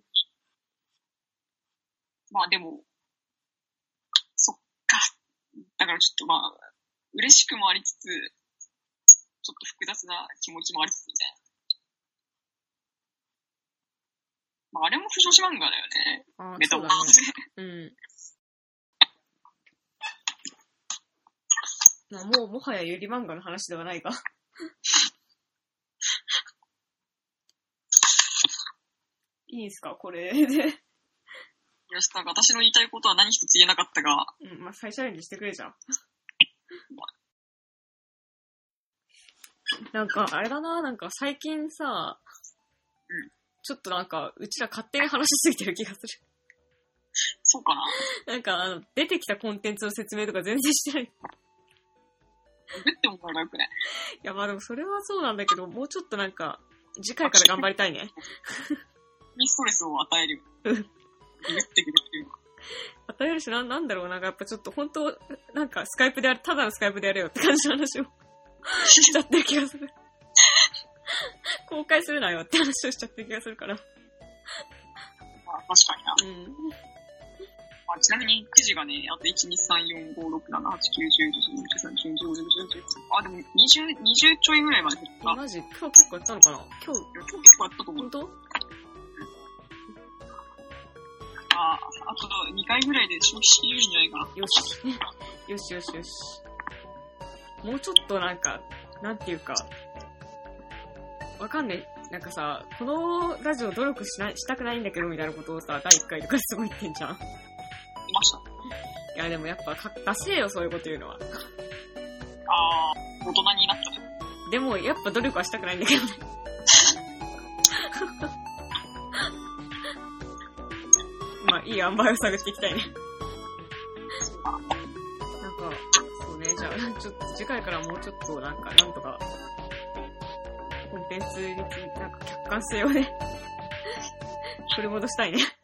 Speaker 1: まあでも、そっか。だからちょっとまあ、嬉しくもありつつ、ちょっと複雑な気持ちもありつつみたいな。まああれも不女子漫画だよね。ネタも。
Speaker 2: まあ、もはやゆり漫画の話ではないか。いいですかこれで。
Speaker 1: よし、私の言いたいことは何一つ言えなかったが。
Speaker 2: まあ、再チャレンジしてくれじゃん。なんか、あれだな、なんか最近さ、ちょっとなんか、うちら勝手に話しすぎてる気がする。
Speaker 1: そうかな。
Speaker 2: なんか、出てきたコンテンツの説明とか全然してない。
Speaker 1: って思うのがよくね。
Speaker 2: いや、まあでもそれはそうなんだけど、もうちょっとなんか、次回から頑張りたいね。
Speaker 1: にストレスを与える。言ってくれっていうのは。
Speaker 2: 与えるし、なんだろう、なんかやっぱちょっと本当、なんかスカイプでただのスカイプでやれよって感じの話をしちゃってる気がする。公開するなよって話をしちゃってる気がするから。
Speaker 1: まあ確かにな。まあ、ちなみに9時がね、あと1、2、3、4、5、6、7、8、9、10、11、12、13、14、15、16、17、18、あ、でも20ちょいぐらいまで減った。
Speaker 2: マジ今日結構やったのかな？今日
Speaker 1: 結構やったと思う。
Speaker 2: 本当？
Speaker 1: あと2回ぐらいで消費しきれるんじゃないかな。
Speaker 2: よし。もうちょっとなんか、なんていうか、わかんない。なんかさ、このラジオ努力したくないんだけどみたいなことをさ、第1回とかすごい言ってんじゃん。
Speaker 1: いました。
Speaker 2: いやでもやっぱ出せよ、そういうこと言うのは。
Speaker 1: 大人になったね。
Speaker 2: でもやっぱ努力はしたくないんだけどね。まあいい塩梅を探していきたいね。なんか、そうね、じゃあちょっと次回からもうちょっとなんとか、コンテンツについてなんか客観性をね、取り戻したいね。